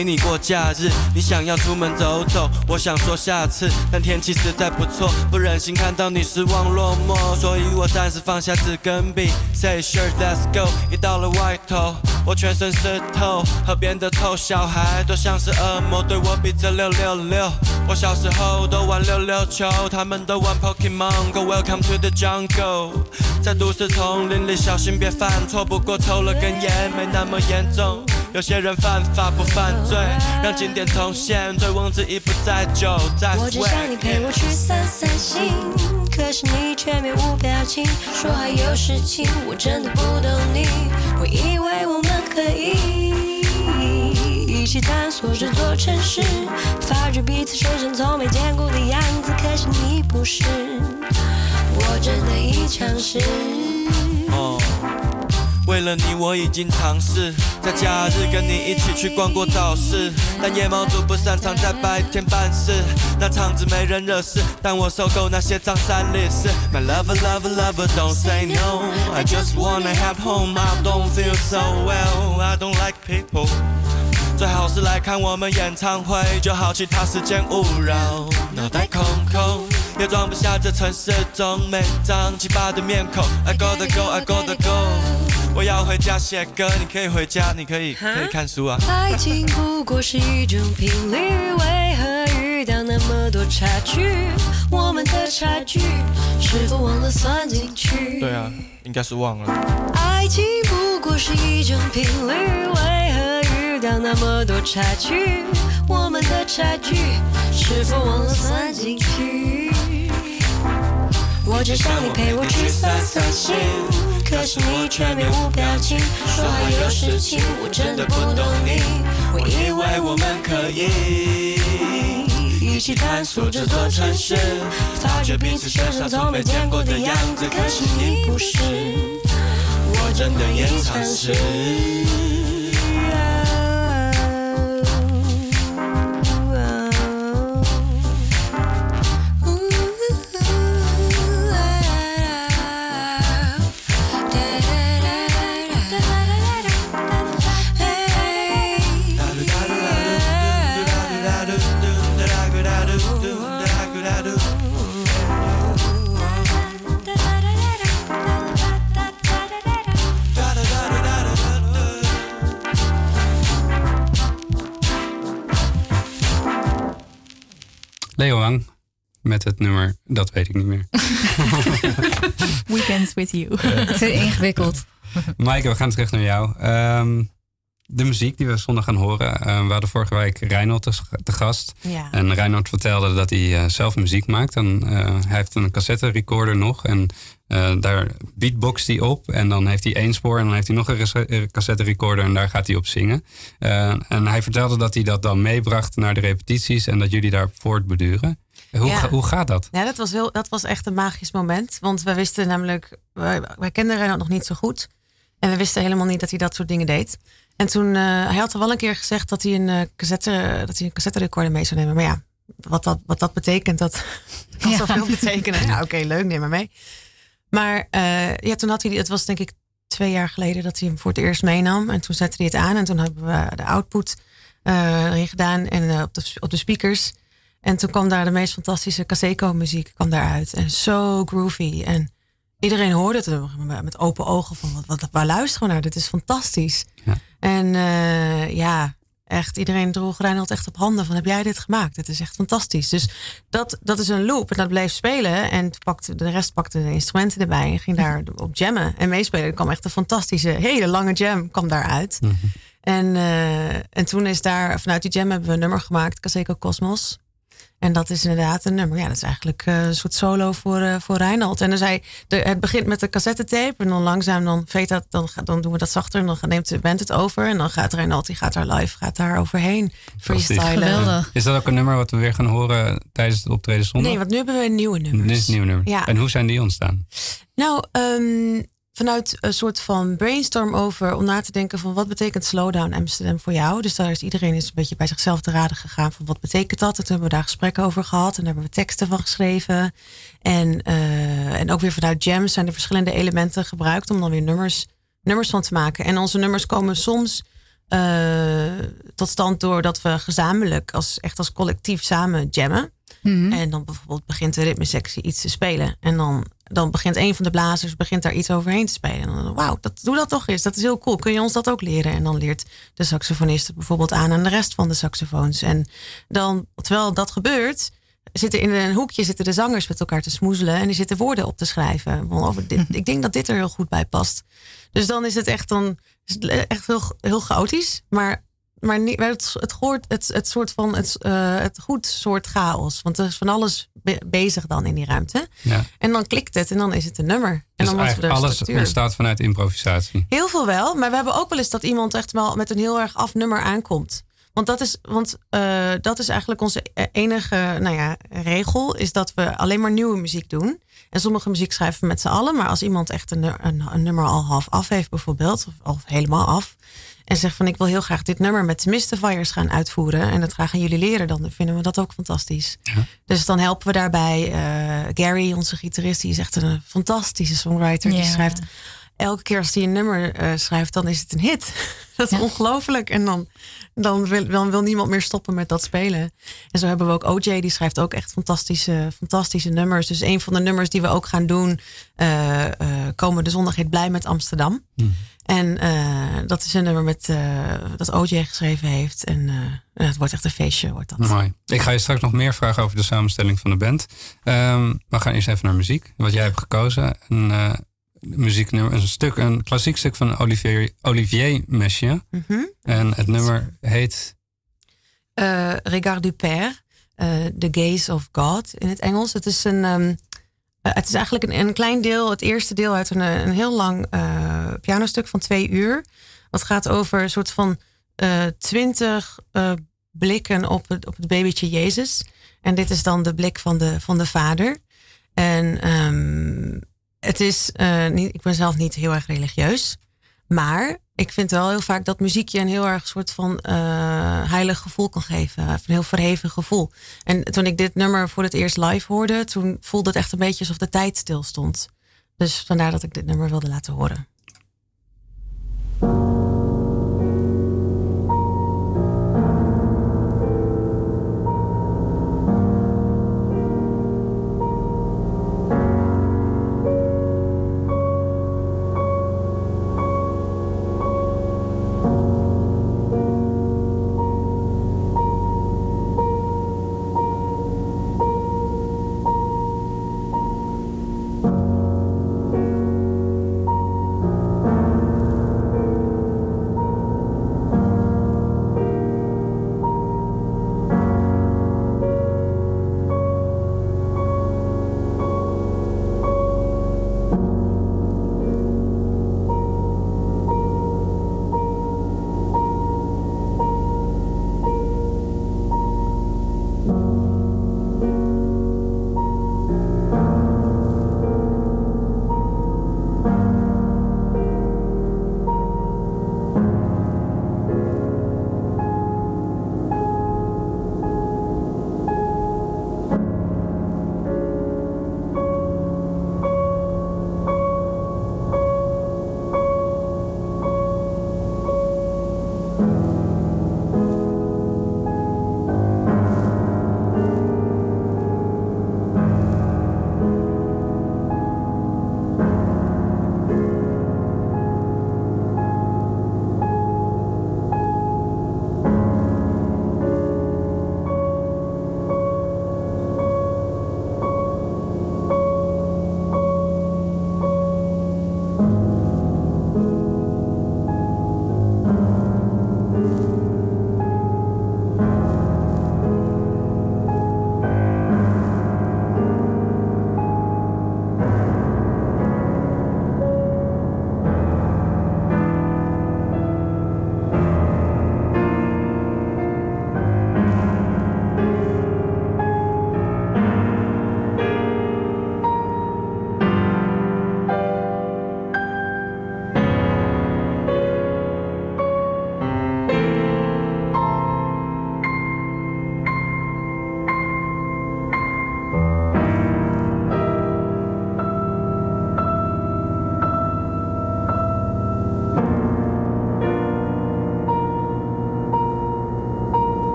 S7: 陪你过假日。你想要出门走走，我想说下次，但天气实在不错，不忍心看到你失望落寞，所以我暂时放下纸跟笔 ，Say sure let's go。一到了外头，我全身湿透，河边的臭小孩都像是恶魔，对我比着六六六。我小时候都玩溜溜球，他们都玩 Pokemon。Go welcome to the jungle。在都市丛林里小心别犯错，不过抽了根烟没那么严重。有些人犯法不犯罪，让经典重现，醉翁之意不在酒，在 sweat。
S8: 我只想你陪我去散散心，可是你却面无表情，说还有事情，我真的不懂你。我以为我们可以一起探索这座城市，发觉彼此身上从没见过的样子，可是你不是，我真的已尝试。
S7: 哦，为了你我已经尝试在假日跟你一起去逛过早市，但夜猫族不擅长在白天办事，那场子没人惹事，但我受够那些脏三烈士。 My lover lover lover don't say no, I just wanna have home, I don't feel so well, I don't like people。 最好是来看我们演唱会，就好其他时间勿扰，脑袋空空也装不下这城市中每张奇葩的面孔。 I gotta go, I gotta go， 我要回家写歌，你可以回家，你可以可以看书啊。
S8: 爱情不过是一种频率，为何遇到那么多差距？我们的差距是否忘了算进去？
S7: 对啊，应该是忘了。
S8: 爱情不过是一种频率，为何遇到那么多差距？我们的差距是否忘了算进去？我只想你陪我去散散心，可是你却面无表情，说还有事情，我真的不懂你。我以为我们可以一起探索这座城市，发觉彼此身上从没见过的样子，可是你不是，我真的也尝试。
S4: Leo Wang met het nummer, dat weet ik niet meer.
S6: Weekends with you.
S2: Te ingewikkeld.
S4: Maaike, we gaan terug naar jou. Um, de muziek die we zondag gaan horen. Uh, we hadden vorige week Reinold te, te gast.
S3: Ja.
S4: En Reinold vertelde dat hij uh, zelf muziek maakt. En, uh, hij heeft een cassette recorder nog. En uh, daar beatboxt hij op. En dan heeft hij één spoor. En dan heeft hij nog een cassette recorder. En daar gaat hij op zingen. Uh, en hij vertelde dat hij dat dan meebracht naar de repetities. En dat jullie daar voortborduren. Hoe,
S3: ja.
S4: ga, hoe gaat dat?
S3: Ja, dat was, heel, dat was echt een magisch moment. Want we wisten namelijk, wij, wij kenden Reinold nog niet zo goed. En we wisten helemaal niet dat hij dat soort dingen deed. En toen, uh, hij had al wel een keer gezegd dat hij een uh, cassette, dat hij een cassette recorder mee zou nemen. Maar ja, wat dat, wat dat betekent, dat kan ja. zoveel betekenen. Ja, oké, okay, leuk, neem maar mee. Maar uh, ja, toen had hij, het was denk ik twee jaar geleden dat hij hem voor het eerst meenam. En toen zette hij het aan en toen hebben we de output uh, erin gedaan en uh, op, de, op de speakers. En toen kwam daar de meest fantastische Kaseko muziek kwam daaruit. En zo groovy. En iedereen hoorde het met open ogen van, wat, wat, waar luisteren we naar? Dit is fantastisch. Ja. En uh, ja, echt, iedereen droeg Reinold echt op handen van, heb jij dit gemaakt? Het is echt fantastisch. Dus dat, dat is een loop en dat bleef spelen. En pakte, de rest pakte de instrumenten erbij en ging daar op jammen en meespelen. Er kwam echt een fantastische, hele lange jam kwam daaruit. Mm-hmm. En, uh, en toen is daar, vanuit die jam hebben we een nummer gemaakt, Kaseko Cosmos. En dat is inderdaad een nummer. Ja, dat is eigenlijk uh, een soort solo voor, uh, voor Reinold. En dus hij, de, het begint met de cassettetape. En dan langzaam, dan, weet dat, dan, dan doen we dat zachter. En dan neemt de band het over. En dan gaat Reinold, die gaat daar live, gaat daar overheen. Freestylen.
S2: Geweldig.
S4: Is dat ook een nummer wat we weer gaan horen tijdens het optreden zondag?
S3: Nee, want nu hebben we een nieuwe nummers.
S4: Nu is het nieuwe nummer.
S3: Ja.
S4: En hoe zijn die ontstaan?
S3: Nou, um, vanuit een soort van brainstorm over om na te denken van wat betekent Slowdown Amsterdam voor jou. Dus daar is iedereen is een beetje bij zichzelf te raden gegaan van wat betekent dat. En toen hebben we daar gesprekken over gehad en daar hebben we teksten van geschreven. En, uh, en ook weer vanuit jams zijn er verschillende elementen gebruikt om dan weer nummers, nummers van te maken. En onze nummers komen soms uh, tot stand doordat we gezamenlijk, als, echt als collectief samen jammen.
S2: Mhm.
S3: En dan bijvoorbeeld begint de ritmesectie iets te spelen. En dan, dan begint een van de blazers begint daar iets overheen te spelen. En dan, wauw, dat, doe dat toch eens. Dat is heel cool. Kun je ons dat ook leren? En dan leert de saxofonist het bijvoorbeeld aan aan de rest van de saxofoons. En dan, terwijl dat gebeurt, zitten in een hoekje zitten de zangers met elkaar te smoezelen. En die zitten woorden op te schrijven. Van, over dit, ik denk dat dit er heel goed bij past. Dus dan is het echt, dan, is het echt heel, heel chaotisch. Maar Maar niet, het, het, hoort, het, het soort van het, uh, het goed soort chaos. Want er is van alles be- bezig dan in die ruimte.
S4: Ja.
S3: En dan klikt het en dan is het een nummer. En
S4: Dus
S3: dan wordt
S4: eigenlijk
S3: er
S4: alles
S3: structuur.
S4: ontstaat vanuit improvisatie.
S3: Heel veel wel. Maar we hebben ook wel eens dat iemand echt wel met een heel erg af nummer aankomt. Want dat is, want, uh, dat is eigenlijk onze enige nou ja, regel. Is dat we alleen maar nieuwe muziek doen. En sommige muziek schrijven we met z'n allen. Maar als iemand echt een, een, een nummer al half af heeft bijvoorbeeld. Of, of helemaal af. En zegt van ik wil heel graag dit nummer met de Mystifiers gaan uitvoeren. En dat graag aan jullie leren. Dan vinden we dat ook fantastisch. Ja. Dus dan helpen we daarbij. Uh, Gary, onze gitarist, die is echt een fantastische songwriter. Yeah. Die schrijft elke keer als hij een nummer uh, schrijft, dan is het een hit. Dat is ja. ongelooflijk. En dan, dan, wil, dan wil niemand meer stoppen met dat spelen. En zo hebben we ook O J, die schrijft ook echt fantastische, fantastische nummers. Dus een van de nummers die we ook gaan doen, uh, uh, komende zondag heet Blij met Amsterdam. Hmm. En uh, dat is een nummer met, uh, dat O J geschreven heeft. En uh, het wordt echt een feestje. Wordt dat.
S4: Mooi. Ik ga je straks nog meer vragen over de samenstelling van de band. Um, we gaan eerst even naar muziek. Wat jij hebt gekozen. Een uh, muzieknummer, een stuk, een klassiek stuk van Olivier, Olivier Messiaen. Mm-hmm. En het nummer heet?
S3: Uh, Regard du Père. Uh, The Gaze of God in het Engels. Het is een... Um, Uh, het is eigenlijk een, een klein deel, het eerste deel uit een, een heel lang uh, pianostuk van twee uur. Wat gaat over een soort van uh, twintig uh, blikken op het, op het babytje Jezus. En dit is dan de blik van de, van de vader. En um, het is, uh, niet, ik ben zelf niet heel erg religieus. Maar ik vind wel heel vaak dat muziek je een heel erg soort van uh, heilig gevoel kan geven. Een heel verheven gevoel. En toen ik dit nummer voor het eerst live hoorde, toen voelde het echt een beetje alsof de tijd stil stond. Dus vandaar dat ik dit nummer wilde laten horen.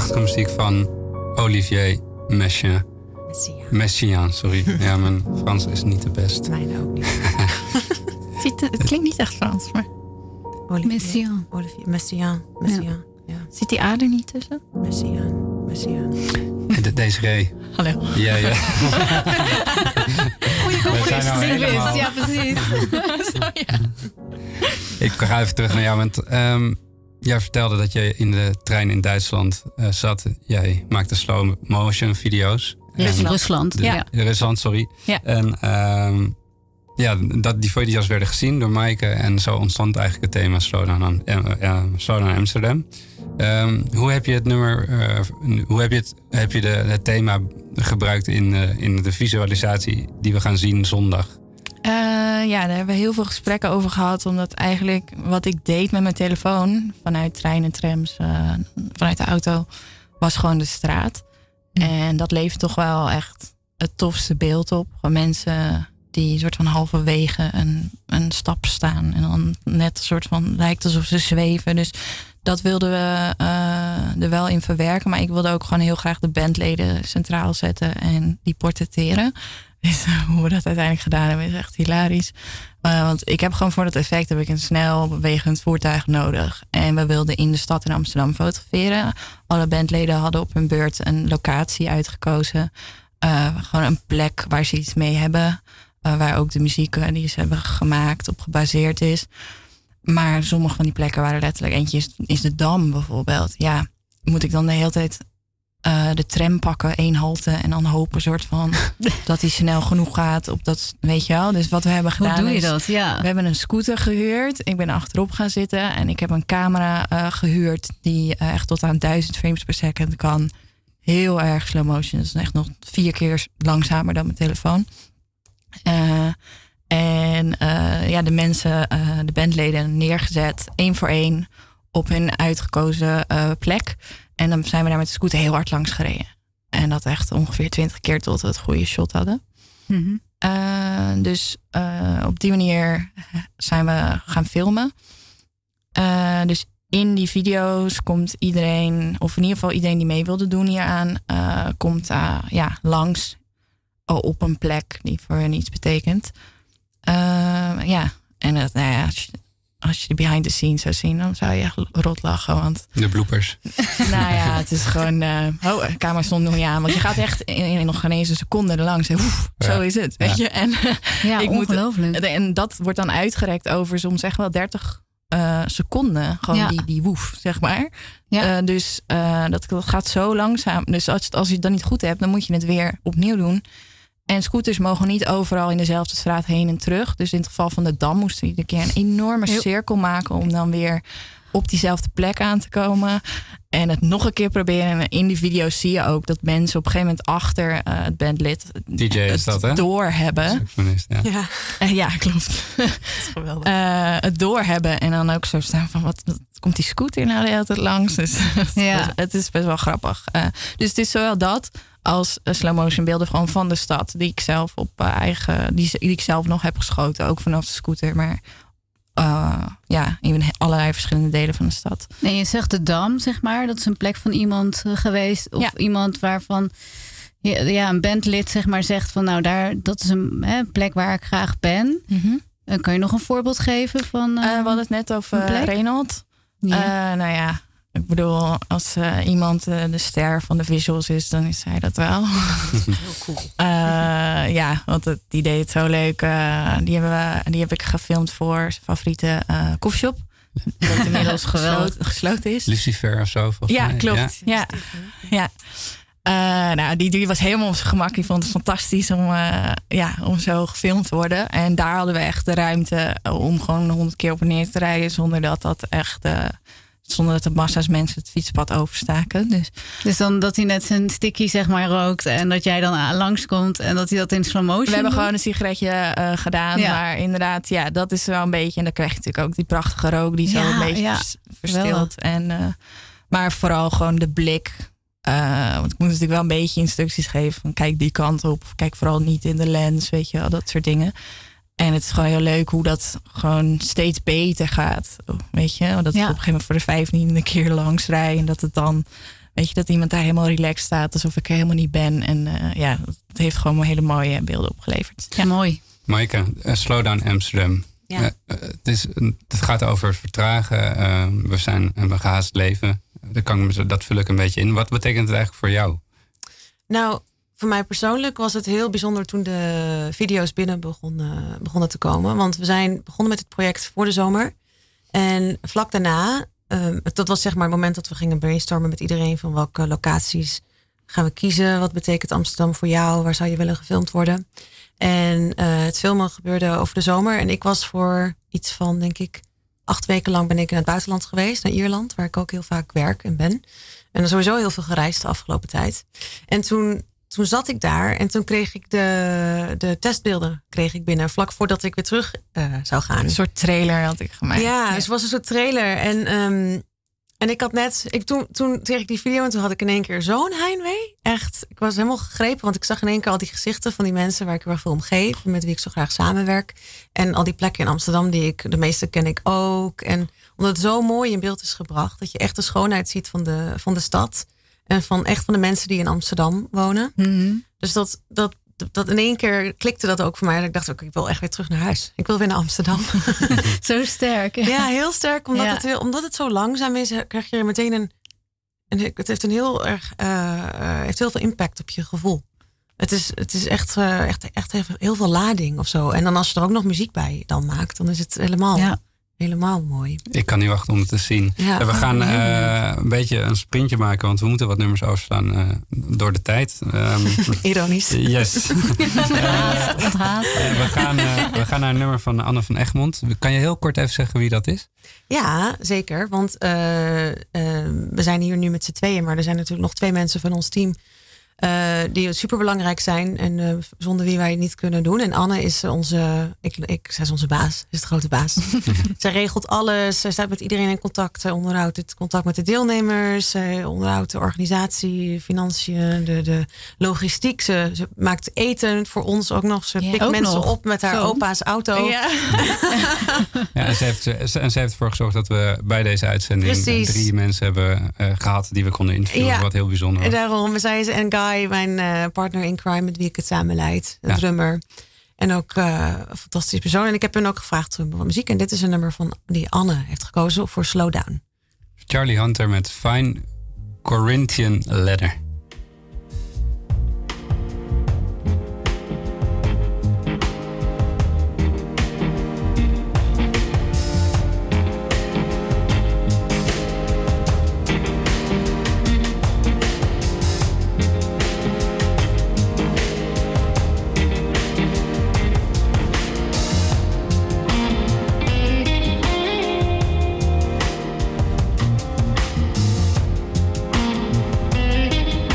S4: achtergrondmuziek van Olivier Messiaen.
S3: Messiaen.
S4: Messiaen, sorry. Ja, mijn Frans is niet de best.
S3: Mijne ook niet.
S6: Ziet, het klinkt niet echt Frans, maar
S3: Olivier.
S2: Messiaen.
S3: Olivier. Messiaen. Messiaen. Ja.
S6: zit die A er niet tussen?
S3: Messiaen. Messiaen.
S4: En de, deze G.
S6: Hallo.
S4: Ja, ja.
S6: Goeie
S4: We zijn nou helemaal...
S2: Ja, precies.
S6: Zo, ja.
S4: Ik ga even terug naar jou, want um, jij vertelde dat je in de trein in Duitsland uh, zat. Jij maakte slow motion video's.
S2: Rusland. Rusland,
S4: de,
S2: ja.
S4: Rusland, sorry.
S6: Ja.
S4: En um, ja, dat, die video's werden gezien door Maaike en zo ontstond eigenlijk het thema Slowdown, uh, Slowdown Amsterdam. Um, hoe heb je het nummer, uh, hoe heb je het, heb je de, het thema gebruikt in, uh, in de visualisatie die we gaan zien zondag?
S6: Uh, ja, daar hebben we heel veel gesprekken over gehad. Omdat eigenlijk wat ik deed met mijn telefoon vanuit treinen, trams, uh, vanuit de auto, was gewoon de straat. Mm. En dat levert toch wel echt het tofste beeld op. Gewoon mensen die soort van halverwege een, een stap staan. En dan net een soort van lijkt alsof ze zweven. Dus dat wilden we uh, er wel in verwerken. Maar ik wilde ook gewoon heel graag de bandleden centraal zetten en die portretteren. Dus uh, hoe we dat uiteindelijk gedaan hebben is echt hilarisch. Uh, want ik heb gewoon voor dat effect heb ik een snel bewegend voertuig nodig. En we wilden in de stad in Amsterdam fotograferen. Alle bandleden hadden op hun beurt een locatie uitgekozen. Uh, gewoon een plek waar ze iets mee hebben. Uh, waar ook de muziek uh, die ze hebben gemaakt op gebaseerd is. Maar sommige van die plekken waren letterlijk... Eentje is, is de Dam bijvoorbeeld. Ja, moet ik dan de hele tijd uh, de tram pakken, één halte... en dan hopen soort van dat hij snel genoeg gaat op dat... Weet je wel, dus wat we hebben gedaan.
S2: Hoe doe je
S6: is,
S2: dat? Ja.
S6: We hebben een scooter gehuurd. Ik ben achterop gaan zitten. En ik heb een camera uh, gehuurd... die uh, echt tot aan duizend frames per second kan. Heel erg slow motion. Dat is echt nog vier keer langzamer dan mijn telefoon. Uh, en uh, ja, de mensen, uh, de bandleden neergezet, één voor één, op hun uitgekozen uh, plek. En dan zijn we daar met de scooter heel hard langs gereden. En dat echt ongeveer twintig keer tot we het goede shot hadden.
S2: Mm-hmm.
S6: Uh, dus uh, op die manier zijn we gaan filmen. Uh, dus in die video's komt iedereen, of in ieder geval iedereen die mee wilde doen hieraan, uh, komt uh, ja, langs op een plek die voor hen iets betekent. Uh, ja, en dat, nou ja, als je, als je de behind the scenes zou zien, dan zou je echt rot lachen. Want,
S4: de bloopers.
S6: Nou ja, het is gewoon... Uh, oh, de camera stond nog niet aan. Want je gaat echt in, in nog geen eens een seconde erlangs. Oef, ja. Zo is het, weet ja. je. En,
S2: ja,
S6: ik
S2: ongelooflijk.
S6: Moet, en dat wordt dan uitgerekt over soms echt wel dertig uh, seconden. Gewoon ja. die, die woef, zeg maar. Ja. Uh, dus uh, dat, dat gaat zo langzaam. Dus als, als je het dan niet goed hebt, dan moet je het weer opnieuw doen. En scooters mogen niet overal in dezelfde straat heen en terug. Dus in het geval van de Dam moesten we iedere keer een enorme cirkel maken... om dan weer op diezelfde plek aan te komen. En het nog een keer proberen. En in die video's zie je ook dat mensen op een gegeven moment achter uh, het bandlid...
S4: D J is dat, hè?
S6: doorhebben.
S3: Ja, ja.
S6: Uh, ja klopt.
S3: Dat is geweldig.
S6: Uh, het doorhebben en dan ook zo staan van... wat, wat komt die scooter nou de hele tijd langs? Dus ja. Het is best wel grappig. Uh, dus het is zowel dat... als slow motion beelden gewoon van de stad. Die ik zelf op uh, eigen. Die, die ik zelf nog heb geschoten. Ook vanaf de scooter. Maar uh, ja, in allerlei verschillende delen van de stad.
S2: En je zegt de Dam, zeg maar. Dat is een plek van iemand uh, geweest. Of ja. iemand waarvan ja, ja, een bandlid zeg maar zegt van nou daar, dat is een hè, plek waar ik graag ben. Mm-hmm. En kan je nog een voorbeeld geven van? Uh,
S6: uh, we hadden het net over uh, Reynold. Ja. Uh, nou ja. Ik bedoel, als uh, iemand uh, de ster van de visuals is, dan is hij dat wel.
S3: Heel cool.
S6: Uh, ja, want het, die deed het zo leuk. Uh, die, hebben we, die heb ik gefilmd voor zijn favoriete uh, koffieshop. Dat inmiddels gesloten, gesloten is.
S4: Lucifer of zo.
S6: Ja,
S4: mij.
S6: klopt. Ja, ja. ja. Uh, nou, die, die was helemaal op zijn gemak. Die vond het fantastisch om, uh, ja, om zo gefilmd te worden. En daar hadden we echt de ruimte om gewoon honderd keer op en neer te rijden. Zonder dat dat echt... Uh, Zonder dat de massa's mensen het fietspad overstaken. Dus,
S2: dus dan dat hij net zijn sticky zeg maar rookt. En dat jij dan langskomt. En dat hij dat in slow motion
S6: We hebben
S2: doet.
S6: gewoon een sigaretje uh, gedaan. Ja. Maar inderdaad, ja, dat is wel een beetje. En dan krijg je natuurlijk ook die prachtige rook. Die zo ja, een beetje ja. verstilt. En, uh, maar vooral gewoon de blik. Uh, want ik moet natuurlijk wel een beetje instructies geven. Van kijk die kant op. Kijk vooral niet in de lens. Weet je wel, dat soort dingen. En het is gewoon heel leuk hoe dat gewoon steeds beter gaat. Weet je, dat ja. het op een gegeven moment voor de vijftiende keer langs rijden. En dat het dan, Weet je, dat iemand daar helemaal relaxed staat, alsof ik er helemaal niet ben. En uh, ja, het heeft gewoon hele mooie beelden opgeleverd.
S2: Ja, mooi.
S4: Maaike, uh, Slow Down Amsterdam.
S3: Ja.
S4: Uh, uh, het, is, uh, het gaat over vertragen. Uh, we zijn een gehaast leven. Dat, kan, dat vul ik een beetje in. Wat betekent het eigenlijk voor jou?
S3: Nou, voor mij persoonlijk was het heel bijzonder toen de video's binnen begonnen, begonnen te komen. Want we zijn begonnen met het project voor de zomer. En vlak daarna, um, dat was zeg maar het moment dat we gingen brainstormen met iedereen van welke locaties gaan we kiezen. Wat betekent Amsterdam voor jou? Waar zou je willen gefilmd worden? En uh, het filmen gebeurde over de zomer. En ik was voor iets van, denk ik, acht weken lang ben ik in het buitenland geweest. Naar Ierland, waar ik ook heel vaak werk en ben. En sowieso heel veel gereisd de afgelopen tijd. En toen, toen zat ik daar en toen kreeg ik de, de testbeelden kreeg ik binnen. Vlak voordat ik weer terug uh, zou gaan.
S6: Een soort trailer had ik gemaakt.
S3: Ja, ja. Dus het was een soort trailer. En, um, en ik had net, ik, toen, toen kreeg ik die video en toen had ik in één keer zo'n heimwee. Echt, ik was helemaal gegrepen, want ik zag in één keer al die gezichten van die mensen waar ik heel erg veel om geef. Met wie ik zo graag samenwerk. En al die plekken in Amsterdam die ik, de meeste ken ik ook. En omdat het zo mooi in beeld is gebracht. Dat je echt de schoonheid ziet van de, van de stad. En van echt van de mensen die in Amsterdam wonen.
S2: Mm-hmm. Dus
S3: dat, dat, dat in één keer klikte dat ook voor mij. Dat ik dacht ook, ik wil echt weer terug naar huis. Ik wil weer naar Amsterdam.
S2: Zo sterk. Ja,
S3: ja heel sterk. Omdat,
S2: ja.
S3: het heel, omdat het zo langzaam is, krijg je meteen een... een het heeft een heel erg... Uh, uh, heeft heel veel impact op je gevoel. Het is, het is echt, uh, echt, echt heel veel lading of zo. En dan als je er ook nog muziek bij dan maakt, dan is het helemaal...
S2: Ja.
S3: Helemaal mooi.
S4: Ik kan niet wachten om het te zien.
S3: Ja,
S4: we gaan
S3: uh,
S4: een beetje een sprintje maken, want we moeten wat nummers overslaan uh, door de tijd. Um,
S3: Ironisch.
S4: Yes. uh,
S2: Onthaat.
S4: we, gaan, uh, we gaan naar een nummer van Anne van Egmond. Kan je heel kort even zeggen wie dat is?
S3: Ja, zeker. Want uh, uh, we zijn hier nu met z'n tweeën, maar er zijn natuurlijk nog twee mensen van ons team Uh, die superbelangrijk zijn en uh, zonder wie wij het niet kunnen doen. En Anne is onze, ik, ik, zij is onze baas, is de grote baas. Zij regelt alles, zij staat met iedereen in contact. Zij onderhoudt het contact met de deelnemers, zij onderhoudt de organisatie, financiën, de, de logistiek. Ze, ze maakt eten voor ons ook nog. Ze
S2: ja,
S3: pikt
S2: ook
S3: mensen
S2: nog.
S3: op met haar
S2: Zo.
S3: opa's auto.
S2: Ja.
S4: Ja, en, ze heeft, en ze heeft ervoor gezorgd dat we bij deze uitzending
S3: Precies.
S4: drie mensen hebben uh, gehad die we konden interviewen.
S3: Ja.
S4: Wat heel bijzonder was.
S3: Daarom, zij is en Guy, mijn uh, partner in crime, met wie ik het samen leid. De
S4: Ja.
S3: drummer. En ook uh, een fantastische persoon. En ik heb hen ook gevraagd om muziek. En dit is een nummer van die Anne heeft gekozen voor Slow Down.
S4: Charlie Hunter met Fine Corinthian Leather.
S5: Thank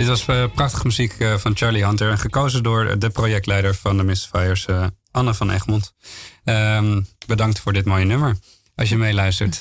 S4: Dit was uh, prachtige muziek uh, van Charlie Hunter. En gekozen door de projectleider van de Mystifiers, uh, Anne van Egmond. Um, bedankt voor dit mooie nummer. Als je meeluistert.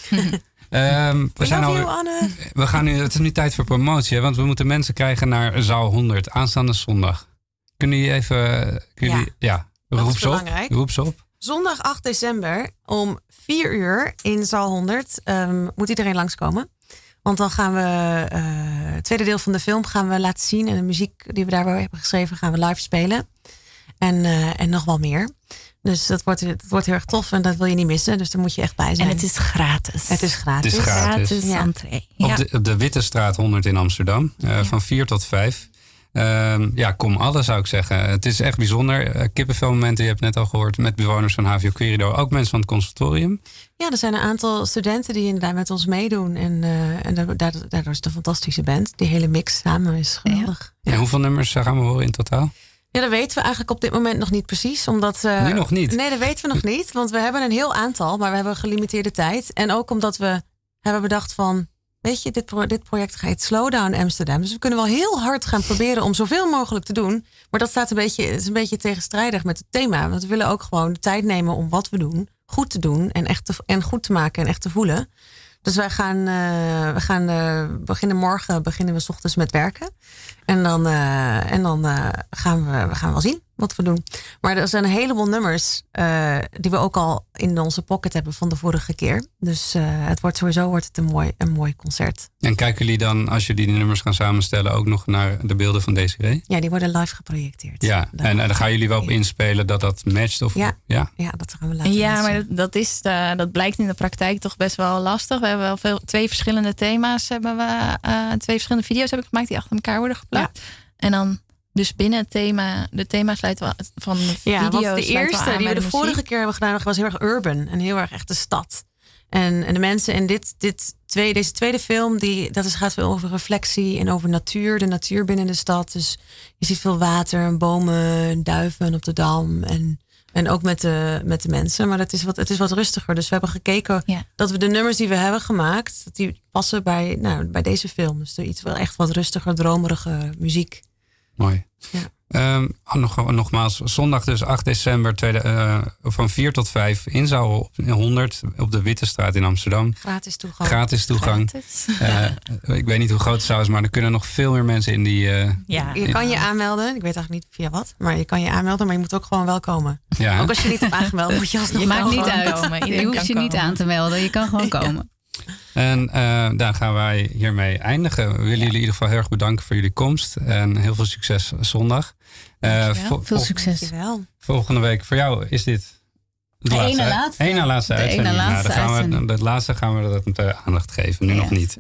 S4: um, we, zijn al,
S3: you, Anne.
S4: we gaan nu, het is nu tijd voor promotie. Hè, want we moeten mensen krijgen naar zaal honderd. Aanstaande zondag. Kunnen jullie even... Kunnen jullie, ja,
S3: ja
S4: roep ze op. Roep ze op.
S3: Zondag acht december om vier uur in zaal honderd um, moet iedereen langskomen. Want dan gaan we uh, het tweede deel van de film gaan we laten zien. En de muziek die we daarbij hebben geschreven gaan we live spelen. En, uh, en nog wel meer. Dus dat wordt, dat wordt heel erg tof en dat wil je niet missen. Dus daar moet je echt bij zijn.
S6: En het is gratis.
S3: Het is gratis.
S4: Het is gratis.
S6: gratis
S3: ja.
S6: entree.
S4: Op,
S6: Ja.
S4: de, op de Witte Straat honderd in Amsterdam. Uh, ja. Van vier tot vijf. Uh, ja, kom alle zou ik zeggen. Het is echt bijzonder. Uh, kippenvelmomenten, je hebt net al gehoord, met bewoners van H V O Querido. Ook mensen van het conservatorium.
S3: Ja, er zijn een aantal studenten die inderdaad met ons meedoen. En, uh, en daardoor, daardoor is het een fantastische band. Die hele mix samen is geweldig.
S4: Ja. En hoeveel nummers gaan we horen in totaal?
S3: Ja, dat weten we eigenlijk op dit moment nog niet precies. Omdat, uh,
S4: nu nog niet?
S3: Nee, dat weten we nog niet. Want we hebben een heel aantal, maar we hebben gelimiteerde tijd. En ook omdat we hebben bedacht van... Weet je, dit, pro- dit project gaat Slowdown Amsterdam. Dus we kunnen wel heel hard gaan proberen om zoveel mogelijk te doen. Maar dat staat een beetje, is een beetje tegenstrijdig met het thema. Want we willen ook gewoon de tijd nemen om wat we doen goed te doen. En, echt te, en goed te maken en echt te voelen. Dus wij gaan, uh, we gaan uh, beginnen morgen beginnen we 's ochtends met werken. En dan, uh, en dan uh, gaan we, we gaan wel zien wat we doen. Maar er zijn een heleboel nummers uh, die we ook al in onze pocket hebben van de vorige keer. Dus uh, het wordt sowieso wordt het een mooi, een mooi concert.
S4: En kijken jullie dan, als jullie die nummers gaan samenstellen, ook nog naar de beelden van Desiree?
S3: Ja, die worden live geprojecteerd.
S4: Ja, en, en daar gaan jullie wel op inspelen dat dat matcht? Of,
S3: ja.
S4: Ja?
S3: ja, dat gaan we laten
S6: Ja,
S3: matchen.
S6: maar dat, dat, is de, dat blijkt in de praktijk toch best wel lastig. We hebben wel veel, twee verschillende thema's. Hebben we, uh, twee verschillende video's heb ik gemaakt die achter elkaar worden geplakt. Ja. En dan dus binnen het thema, de thema's sluiten we van de video's.
S3: Ja, want de eerste
S6: we
S3: die we de,
S6: de
S3: vorige keer hebben gedaan was heel erg urban en heel erg echt de stad. En, en de mensen in dit, dit twee, deze tweede film, die, dat is, gaat veel over reflectie en over natuur. De natuur binnen de stad. Dus je ziet veel water, bomen, duiven op de Dam. En, en ook met de, met de mensen. Maar het is, wat, het is wat rustiger. Dus we hebben gekeken ja. dat we de nummers die we hebben gemaakt, dat die passen bij, nou, bij deze film. Dus iets wel echt wat rustiger, dromerige muziek.
S4: Mooi.
S3: Ja.
S4: Um, nog, nogmaals, zondag dus acht december tweede, uh, van vier tot vijf in zaal honderd op de Witte Straat in Amsterdam.
S3: Gratis toegang.
S4: Gratis toegang.
S6: Gratis.
S4: Uh, ik weet niet hoe groot de zaal is, maar er kunnen nog veel meer mensen in die... Uh,
S6: ja.
S3: Je kan je aanmelden. Ik weet eigenlijk niet via wat, maar je kan je aanmelden, maar je moet ook gewoon wel komen.
S4: Ja.
S3: Ook als je niet hebt aangemeld, moet je alsnog
S2: je maakt niet
S3: komen.
S2: uit.
S6: Komen.
S2: Je hoeft je
S6: komen.
S2: niet aan te melden. Je kan gewoon komen.
S4: En uh, daar gaan wij hiermee eindigen. We willen ja. jullie in ieder geval heel erg bedanken voor jullie komst. En heel veel succes zondag. Uh,
S2: vo- veel succes.
S3: Dankjewel.
S4: Volgende week voor jou is dit de,
S2: de
S4: laatste,
S2: ene laatste.
S4: ene laatste
S2: de
S4: uitzending.
S2: Ene laatste
S4: nou, dan gaan
S2: uitzending.
S4: we, dat laatste gaan we dat met aandacht geven. Nu
S2: ja.
S4: nog niet.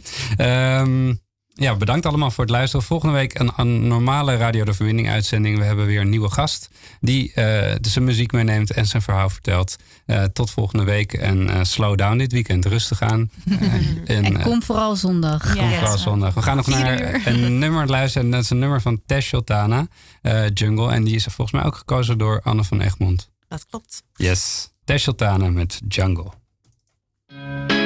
S4: Um, ja, bedankt allemaal voor het luisteren. Volgende week een, een normale Radio de Verbinding uitzending. We hebben weer een nieuwe gast die uh, zijn muziek meeneemt en zijn verhaal vertelt. Uh, tot volgende week en uh, slow down dit weekend. Rustig aan. Uh,
S2: en, en kom vooral zondag.
S4: Kom
S6: Ja,
S4: vooral zondag. We gaan nog naar een nummer luisteren. Dat is een nummer van Tesh Sultana, uh, Jungle. En die is volgens mij ook gekozen door Anne van Egmond.
S3: Dat klopt.
S4: Yes. Tesh Sultana met Jungle.